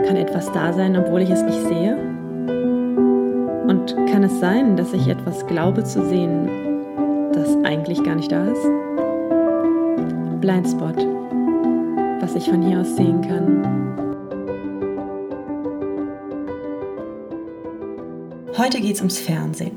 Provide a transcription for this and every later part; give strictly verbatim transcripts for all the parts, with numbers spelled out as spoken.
Kann etwas da sein, obwohl ich es nicht sehe? Und kann es sein, dass ich etwas glaube zu sehen, das eigentlich gar nicht da ist? Blindspot, was ich von hier aus sehen kann. Heute geht es ums Fernsehen.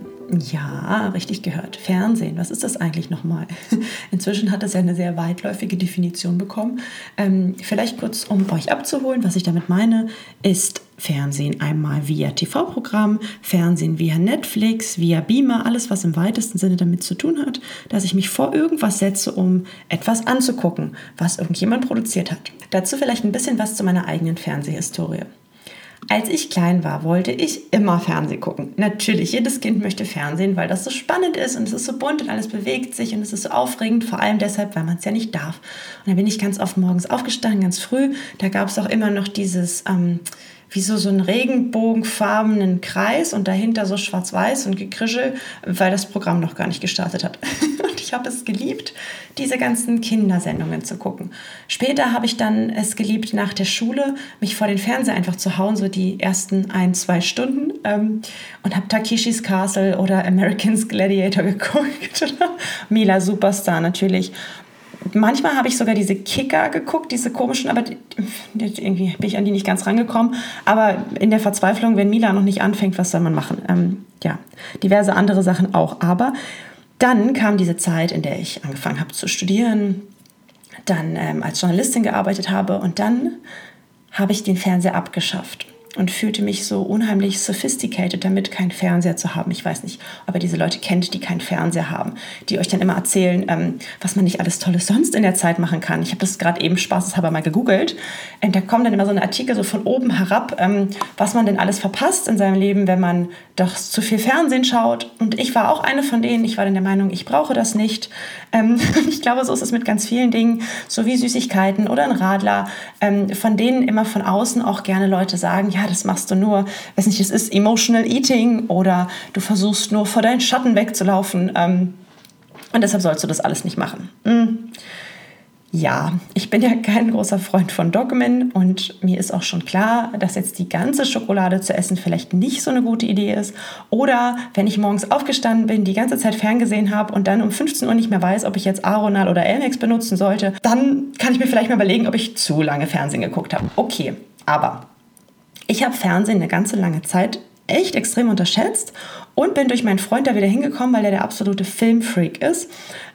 Ja, richtig gehört. Fernsehen, was ist das eigentlich nochmal? Inzwischen hat das ja eine sehr weitläufige Definition bekommen. Ähm, vielleicht kurz, um euch abzuholen, was ich damit meine, ist Fernsehen einmal via T V-Programm, Fernsehen via Netflix, via Beamer, alles, was im weitesten Sinne damit zu tun hat, dass ich mich vor irgendwas setze, um etwas anzugucken, was irgendjemand produziert hat. Dazu vielleicht ein bisschen was zu meiner eigenen Fernsehhistorie. Als ich klein war, wollte ich immer Fernsehen gucken. Natürlich, jedes Kind möchte Fernsehen, weil das so spannend ist und es ist so bunt und alles bewegt sich und es ist so aufregend, vor allem deshalb, weil man es ja nicht darf. Und dann bin ich ganz oft morgens aufgestanden, ganz früh. Da gab es auch immer noch dieses, ähm, wie so, so einen regenbogenfarbenen Kreis und dahinter so schwarz-weiß und Gekrischel, weil das Programm noch gar nicht gestartet hat. Und ich habe es geliebt, diese ganzen Kindersendungen zu gucken. Später habe ich dann es geliebt, nach der Schule mich vor den Fernseher einfach zu hauen, so die ersten ein, zwei Stunden ähm, und habe Takeshis Castle oder American's Gladiator geguckt. Mila Superstar natürlich. Manchmal habe ich sogar diese Kicker geguckt, diese komischen, aber die, die, irgendwie bin ich an die nicht ganz rangekommen. Aber in der Verzweiflung, wenn Mila noch nicht anfängt, was soll man machen? Ähm, ja, diverse andere Sachen auch. Aber dann kam diese Zeit, in der ich angefangen habe zu studieren, dann ähm, als Journalistin gearbeitet habe und dann habe ich den Fernseher abgeschafft und fühlte mich so unheimlich sophisticated damit, keinen Fernseher zu haben. Ich weiß nicht, ob ihr diese Leute kennt, die keinen Fernseher haben, die euch dann immer erzählen, ähm, was man nicht alles Tolles sonst in der Zeit machen kann. Ich habe das gerade eben spaßeshalber mal gegoogelt. Und da kommen dann immer so eine Artikel so von oben herab, ähm, was man denn alles verpasst in seinem Leben, wenn man doch zu viel Fernsehen schaut. Und ich war auch eine von denen. Ich war dann der Meinung, ich brauche das nicht. Ähm, ich glaube, so ist es mit ganz vielen Dingen, so wie Süßigkeiten oder ein Radler, ähm, von denen immer von außen auch gerne Leute sagen, ja, das machst du nur, weiß nicht, das ist Emotional Eating oder du versuchst nur vor deinen Schatten wegzulaufen ähm, und deshalb sollst du das alles nicht machen. Hm. Ja, ich bin ja kein großer Freund von Dogmen und mir ist auch schon klar, dass jetzt die ganze Schokolade zu essen vielleicht nicht so eine gute Idee ist. Oder wenn ich morgens aufgestanden bin, die ganze Zeit ferngesehen habe und dann um fünfzehn Uhr nicht mehr weiß, ob ich jetzt Aronal oder Elmex benutzen sollte, dann kann ich mir vielleicht mal überlegen, ob ich zu lange Fernsehen geguckt habe. Okay, aber ich habe Fernsehen eine ganze lange Zeit echt extrem unterschätzt und bin durch meinen Freund da wieder hingekommen, weil er der absolute Filmfreak ist.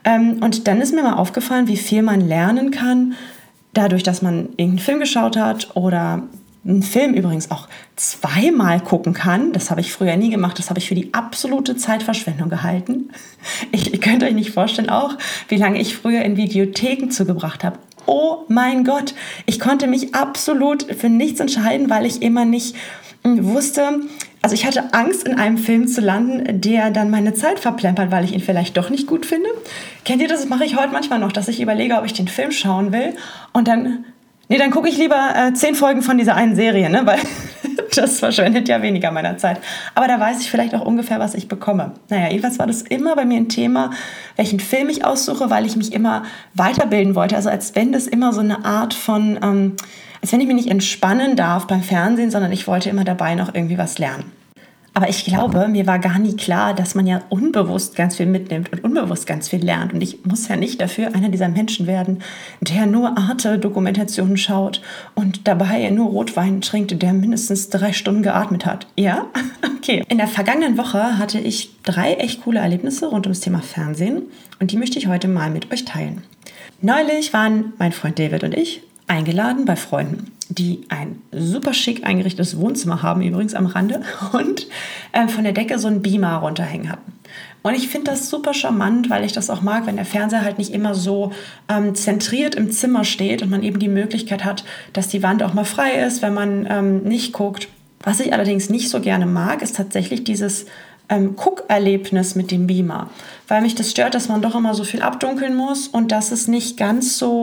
Und dann ist mir mal aufgefallen, wie viel man lernen kann, dadurch, dass man irgendeinen Film geschaut hat oder einen Film übrigens auch zweimal gucken kann. Das habe ich früher nie gemacht. Das habe ich für die absolute Zeitverschwendung gehalten. Ich, ihr könnt euch nicht vorstellen auch, wie lange ich früher in Videotheken zugebracht habe. Oh mein Gott, ich konnte mich absolut für nichts entscheiden, weil ich immer nicht wusste, also ich hatte Angst, in einem Film zu landen, der dann meine Zeit verplempert, weil ich ihn vielleicht doch nicht gut finde. Kennt ihr das? Das mache ich heute manchmal noch, dass ich überlege, ob ich den Film schauen will und dann, nee, dann gucke ich lieber äh, zehn Folgen von dieser einen Serie, ne, weil das verschwendet ja weniger meiner Zeit. Aber da weiß ich vielleicht auch ungefähr, was ich bekomme. Naja, jedenfalls war das immer bei mir ein Thema, welchen Film ich aussuche, weil ich mich immer weiterbilden wollte. Also als wenn das immer so eine Art von, ähm, als wenn ich mich nicht entspannen darf beim Fernsehen, sondern ich wollte immer dabei noch irgendwie was lernen. Aber ich glaube, mir war gar nie klar, dass man ja unbewusst ganz viel mitnimmt und unbewusst ganz viel lernt. Und ich muss ja nicht dafür einer dieser Menschen werden, der nur Arte-Dokumentationen schaut und dabei nur Rotwein trinkt, der mindestens drei Stunden geatmet hat. Ja? Okay. In der vergangenen Woche hatte ich drei echt coole Erlebnisse rund ums Thema Fernsehen und die möchte ich heute mal mit euch teilen. Neulich waren mein Freund David und ich eingeladen bei Freunden, die ein super schick eingerichtetes Wohnzimmer haben, übrigens am Rande, und äh, von der Decke so einen Beamer runterhängen hatten. Und ich finde das super charmant, weil ich das auch mag, wenn der Fernseher halt nicht immer so ähm, zentriert im Zimmer steht und man eben die Möglichkeit hat, dass die Wand auch mal frei ist, wenn man ähm, nicht guckt. Was ich allerdings nicht so gerne mag, ist tatsächlich dieses ähm, Guckerlebnis mit dem Beamer, weil mich das stört, dass man doch immer so viel abdunkeln muss und dass es nicht ganz so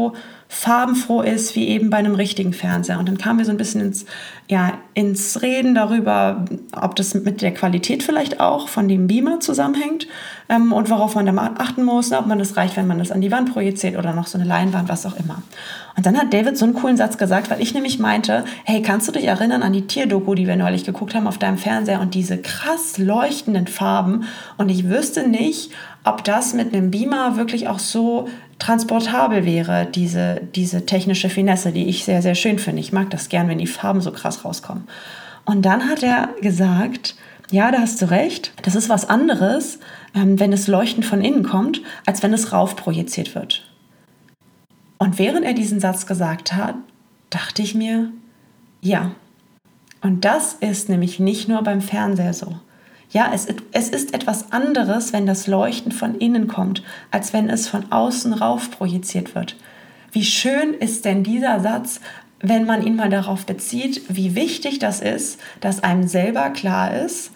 farbenfroh ist, wie eben bei einem richtigen Fernseher. Und dann kamen wir so ein bisschen ins, ja, ins Reden darüber, ob das mit der Qualität vielleicht auch von dem Beamer zusammenhängt ähm, und worauf man da mal achten muss, ob man das reicht, wenn man das an die Wand projiziert oder noch so eine Leinwand, was auch immer. Und dann hat David so einen coolen Satz gesagt, weil ich nämlich meinte, hey, kannst du dich erinnern an die Tierdoku, die wir neulich geguckt haben auf deinem Fernseher und diese krass leuchtenden Farben? Und ich wüsste nicht, ob das mit einem Beamer wirklich auch so transportabel wäre, diese, diese technische Finesse, die ich sehr, sehr schön finde. Ich mag das gern, wenn die Farben so krass rauskommen. Und dann hat er gesagt, ja, da hast du recht, das ist was anderes, ähm, wenn das Leuchten von innen kommt, als wenn es rauf projiziert wird. Und während er diesen Satz gesagt hat, dachte ich mir, ja, und das ist nämlich nicht nur beim Fernseher so. Ja, es, es ist etwas anderes, wenn das Leuchten von innen kommt, als wenn es von außen rauf projiziert wird. Wie schön ist denn dieser Satz, wenn man ihn mal darauf bezieht, wie wichtig das ist, dass einem selber klar ist,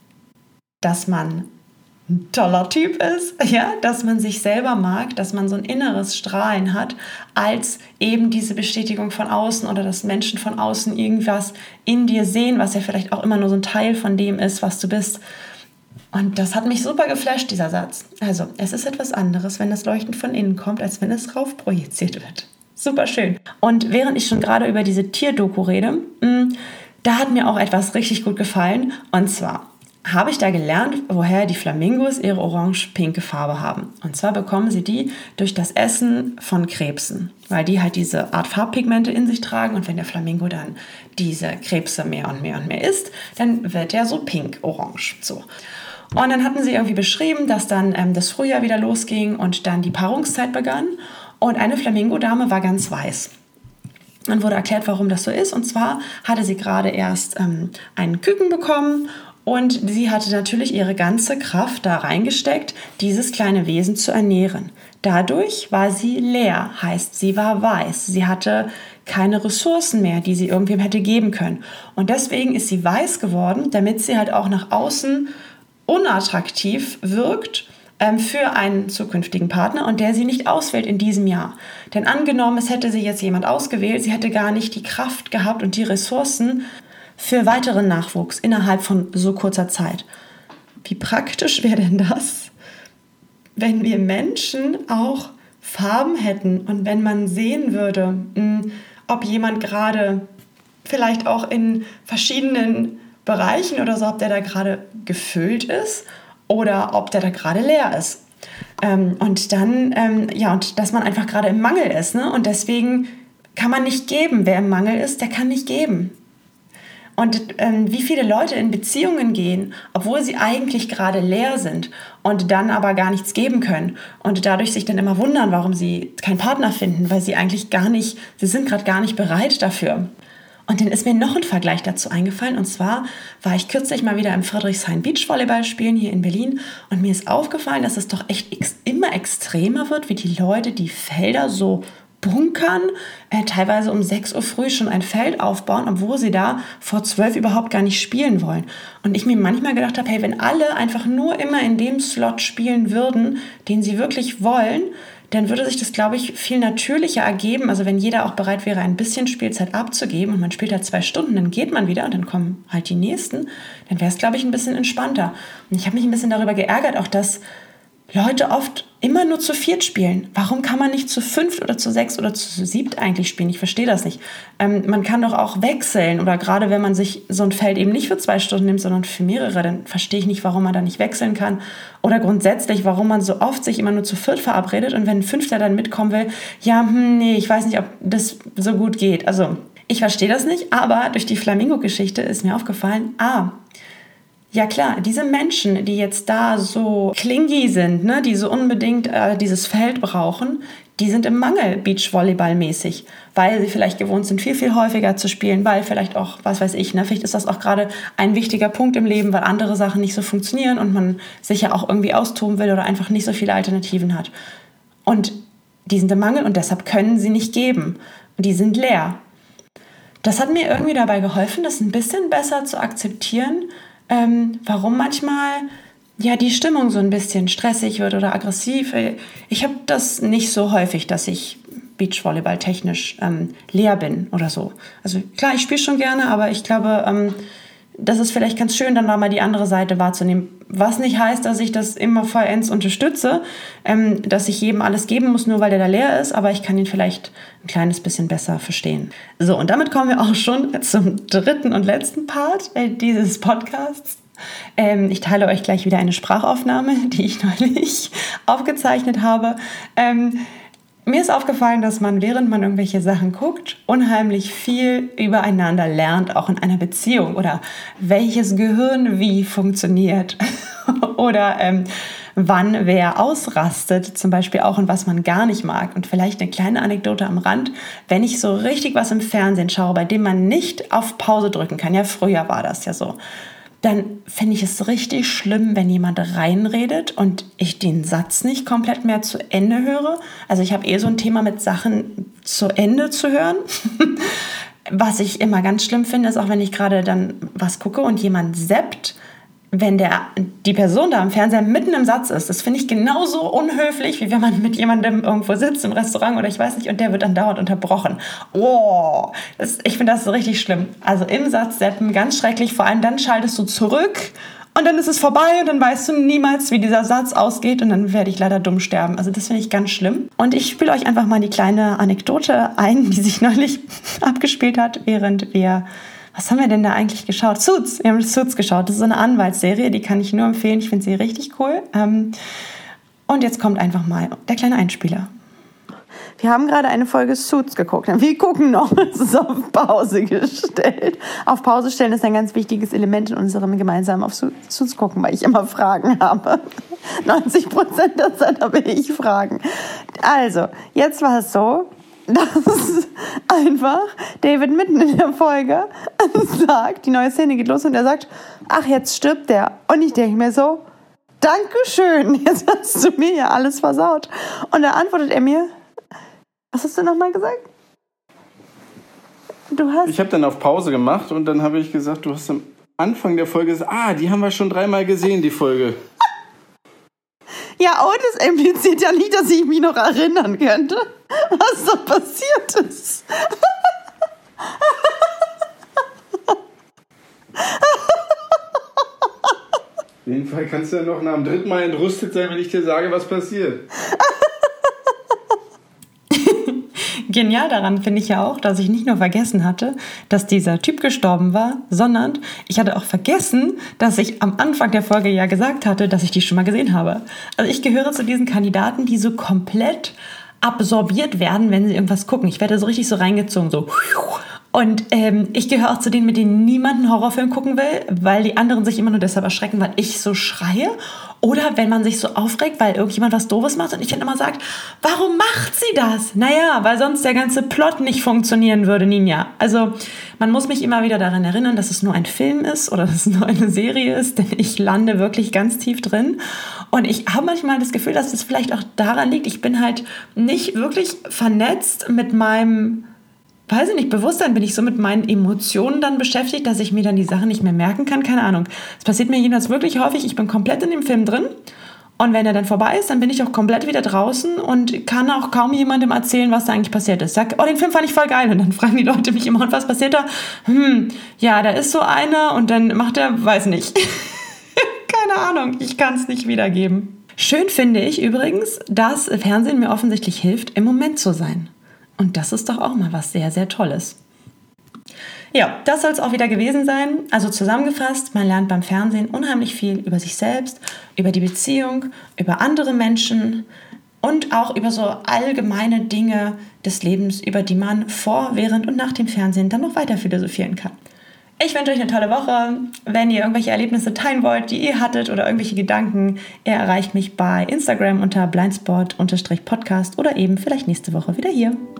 dass man ein toller Typ ist, ja, dass man sich selber mag, dass man so ein inneres Strahlen hat, als eben diese Bestätigung von außen oder dass Menschen von außen irgendwas in dir sehen, was ja vielleicht auch immer nur so ein Teil von dem ist, was du bist. Und das hat mich super geflasht, dieser Satz. Also, es ist etwas anderes, wenn das Leuchten von innen kommt, als wenn es rauf projiziert wird. Super schön. Und während ich schon gerade über diese Tierdoku rede, mh, da hat mir auch etwas richtig gut gefallen. Und zwar habe ich da gelernt, woher die Flamingos ihre orange-pinke Farbe haben. Und zwar bekommen sie die durch das Essen von Krebsen, weil die halt diese Art Farbpigmente in sich tragen. Und wenn der Flamingo dann diese Krebse mehr und mehr und mehr isst, dann wird er so pink-orange. So. Und dann hatten sie irgendwie beschrieben, dass dann ähm, das Frühjahr wieder losging und dann die Paarungszeit begann. Und eine Flamingo-Dame war ganz weiß. Dann wurde erklärt, warum das so ist. Und zwar hatte sie gerade erst ähm, einen Küken bekommen. Und sie hatte natürlich ihre ganze Kraft da reingesteckt, dieses kleine Wesen zu ernähren. Dadurch war sie leer, heißt, sie war weiß. Sie hatte keine Ressourcen mehr, die sie irgendwem hätte geben können. Und deswegen ist sie weiß geworden, damit sie halt auch nach außen unattraktiv wirkt ähm, für einen zukünftigen Partner und der sie nicht auswählt in diesem Jahr. Denn angenommen, es hätte sie jetzt jemand ausgewählt, sie hätte gar nicht die Kraft gehabt und die Ressourcen für weiteren Nachwuchs innerhalb von so kurzer Zeit. Wie praktisch wäre denn das, wenn wir Menschen auch Farben hätten und wenn man sehen würde, mh, ob jemand gerade vielleicht auch in verschiedenen Bereichen oder so, ob der da gerade gefüllt ist oder ob der da gerade leer ist. Ähm, und dann, ähm, ja, und dass man einfach gerade im Mangel ist, ne? Und deswegen kann man nicht geben. Wer im Mangel ist, der kann nicht geben. Und ähm, wie viele Leute in Beziehungen gehen, obwohl sie eigentlich gerade leer sind und dann aber gar nichts geben können und dadurch sich dann immer wundern, warum sie keinen Partner finden, weil sie eigentlich gar nicht, sie sind gerade gar nicht bereit dafür. Und dann ist mir noch ein Vergleich dazu eingefallen. Und zwar war ich kürzlich mal wieder im Friedrichshain Beachvolleyball spielen hier in Berlin. Und mir ist aufgefallen, dass es doch echt ex- immer extremer wird, wie die Leute die Felder so bunkern, äh, teilweise um sechs Uhr früh schon ein Feld aufbauen, obwohl sie da vor zwölf überhaupt gar nicht spielen wollen. Und ich mir manchmal gedacht habe, hey, wenn alle einfach nur immer in dem Slot spielen würden, den sie wirklich wollen, dann würde sich das, glaube ich, viel natürlicher ergeben. Also wenn jeder auch bereit wäre, ein bisschen Spielzeit abzugeben und man spielt halt zwei Stunden, dann geht man wieder und dann kommen halt die Nächsten, dann wäre es, glaube ich, ein bisschen entspannter. Und ich habe mich ein bisschen darüber geärgert, auch dass Leute oft immer nur zu viert spielen. Warum kann man nicht zu fünft oder zu sechs oder zu siebt eigentlich spielen? Ich verstehe das nicht. Ähm, man kann doch auch wechseln oder gerade wenn man sich so ein Feld eben nicht für zwei Stunden nimmt, sondern für mehrere, dann verstehe ich nicht, warum man da nicht wechseln kann. Oder grundsätzlich, warum man so oft sich immer nur zu viert verabredet und wenn ein Fünfter dann mitkommen will, ja, hm, nee, ich weiß nicht, ob das so gut geht. Also ich verstehe das nicht, aber durch die Flamingo-Geschichte ist mir aufgefallen, ah, ja klar, diese Menschen, die jetzt da so clingy sind, ne, die so unbedingt äh, dieses Feld brauchen, die sind im Mangel Beachvolleyball-mäßig, weil sie vielleicht gewohnt sind, viel, viel häufiger zu spielen, weil vielleicht auch, was weiß ich, ne, vielleicht ist das auch gerade ein wichtiger Punkt im Leben, weil andere Sachen nicht so funktionieren und man sich ja auch irgendwie austoben will oder einfach nicht so viele Alternativen hat. Und die sind im Mangel und deshalb können sie nicht geben. Die sind leer. Das hat mir irgendwie dabei geholfen, das ein bisschen besser zu akzeptieren, Ähm, warum manchmal ja die Stimmung so ein bisschen stressig wird oder aggressiv. Ich habe das nicht so häufig, dass ich Beachvolleyball technisch ähm, leer bin oder so. Also klar, ich spiele schon gerne, aber ich glaube, ähm, das ist vielleicht ganz schön, dann mal die andere Seite wahrzunehmen. Was nicht heißt, dass ich das immer vollends unterstütze, ähm, dass ich jedem alles geben muss, nur weil der da leer ist, aber ich kann ihn vielleicht ein kleines bisschen besser verstehen. So, und damit kommen wir auch schon zum dritten und letzten Part äh, dieses Podcasts. Ähm, ich teile euch gleich wieder eine Sprachaufnahme, die ich neulich aufgezeichnet habe. Ähm, Mir ist aufgefallen, dass man, während man irgendwelche Sachen guckt, unheimlich viel übereinander lernt, auch in einer Beziehung, oder welches Gehirn wie funktioniert oder ähm, wann wer ausrastet, zum Beispiel auch, und was man gar nicht mag. Und vielleicht eine kleine Anekdote am Rand: Wenn ich so richtig was im Fernsehen schaue, bei dem man nicht auf Pause drücken kann, ja, früher war das ja so, dann finde ich es richtig schlimm, wenn jemand reinredet und ich den Satz nicht komplett mehr zu Ende höre. Also ich habe eh so ein Thema mit Sachen zu Ende zu hören. Was ich immer ganz schlimm finde, ist auch, wenn ich gerade dann was gucke und jemand zappt, wenn der, die Person da am Fernseher mitten im Satz ist. Das finde ich genauso unhöflich, wie wenn man mit jemandem irgendwo sitzt im Restaurant oder ich weiß nicht, und der wird dann dauernd unterbrochen. Oh, das, ich finde das so richtig schlimm. Also im Satz zappen, ganz schrecklich. Vor allem dann schaltest du zurück und dann ist es vorbei und dann weißt du niemals, wie dieser Satz ausgeht, und dann werde ich leider dumm sterben. Also das finde ich ganz schlimm. Und ich spiele euch einfach mal die kleine Anekdote ein, die sich neulich abgespielt hat, während wir... Was haben wir denn da eigentlich geschaut? Suits. Wir haben Suits geschaut. Das ist so eine Anwaltsserie, die kann ich nur empfehlen. Ich finde sie richtig cool. Und jetzt kommt einfach mal der kleine Einspieler. Wir haben gerade eine Folge Suits geguckt. Wir gucken noch. Es ist auf Pause gestellt. Auf Pause stellen ist ein ganz wichtiges Element in unserem gemeinsamen auf Suits gucken, weil ich immer Fragen habe. neunzig Prozent der Zeit habe ich Fragen. Also, jetzt war es so, dass einfach David mitten in der Folge sagt, die neue Szene geht los und er sagt, ach, jetzt stirbt der. Und ich denke mir so, Dankeschön, jetzt hast du mir ja alles versaut. Und da antwortet er mir, was hast du nochmal gesagt? Du hast... Ich habe dann auf Pause gemacht und dann habe ich gesagt, du hast am Anfang der Folge gesagt, ah, die haben wir schon dreimal gesehen, die Folge. Ja, und es impliziert ja nicht, dass ich mich noch erinnern könnte, was da passiert ist. Auf jeden Fall kannst du ja noch nach dem dritten Mal entrüstet sein, wenn ich dir sage, was passiert. Genial daran finde ich ja auch, dass ich nicht nur vergessen hatte, dass dieser Typ gestorben war, sondern ich hatte auch vergessen, dass ich am Anfang der Folge ja gesagt hatte, dass ich die schon mal gesehen habe. Also ich gehöre zu diesen Kandidaten, die so komplett absorbiert werden, wenn sie irgendwas gucken. Ich werde so richtig so reingezogen, so. Und ähm, ich gehöre auch zu denen, mit denen niemand einen Horrorfilm gucken will, weil die anderen sich immer nur deshalb erschrecken, weil ich so schreie. Oder wenn man sich so aufregt, weil irgendjemand was Doofes macht und ich dann immer sage, warum macht sie das? Naja, weil sonst der ganze Plot nicht funktionieren würde, Ninja. Also man muss mich immer wieder daran erinnern, dass es nur ein Film ist oder dass es nur eine Serie ist, denn ich lande wirklich ganz tief drin. Und ich habe manchmal das Gefühl, dass das vielleicht auch daran liegt, ich bin halt nicht wirklich vernetzt mit meinem... weiß ich nicht, Bewusstsein, bin ich so mit meinen Emotionen dann beschäftigt, dass ich mir dann die Sachen nicht mehr merken kann, keine Ahnung. Es passiert mir jedenfalls wirklich häufig, ich bin komplett in dem Film drin und wenn er dann vorbei ist, dann bin ich auch komplett wieder draußen und kann auch kaum jemandem erzählen, was da eigentlich passiert ist. Sag, oh, den Film fand ich voll geil, und dann fragen die Leute mich immer, und was passiert da? Hm, ja, da ist so einer und dann macht er, weiß nicht. Keine Ahnung, ich kann es nicht wiedergeben. Schön finde ich übrigens, dass Fernsehen mir offensichtlich hilft, im Moment zu sein. Und das ist doch auch mal was sehr, sehr Tolles. Ja, das soll es auch wieder gewesen sein. Also zusammengefasst, man lernt beim Fernsehen unheimlich viel über sich selbst, über die Beziehung, über andere Menschen und auch über so allgemeine Dinge des Lebens, über die man vor, während und nach dem Fernsehen dann noch weiter philosophieren kann. Ich wünsche euch eine tolle Woche. Wenn ihr irgendwelche Erlebnisse teilen wollt, die ihr hattet, oder irgendwelche Gedanken, ihr erreicht mich bei Instagram unter blindspot Podcast oder eben vielleicht nächste Woche wieder hier.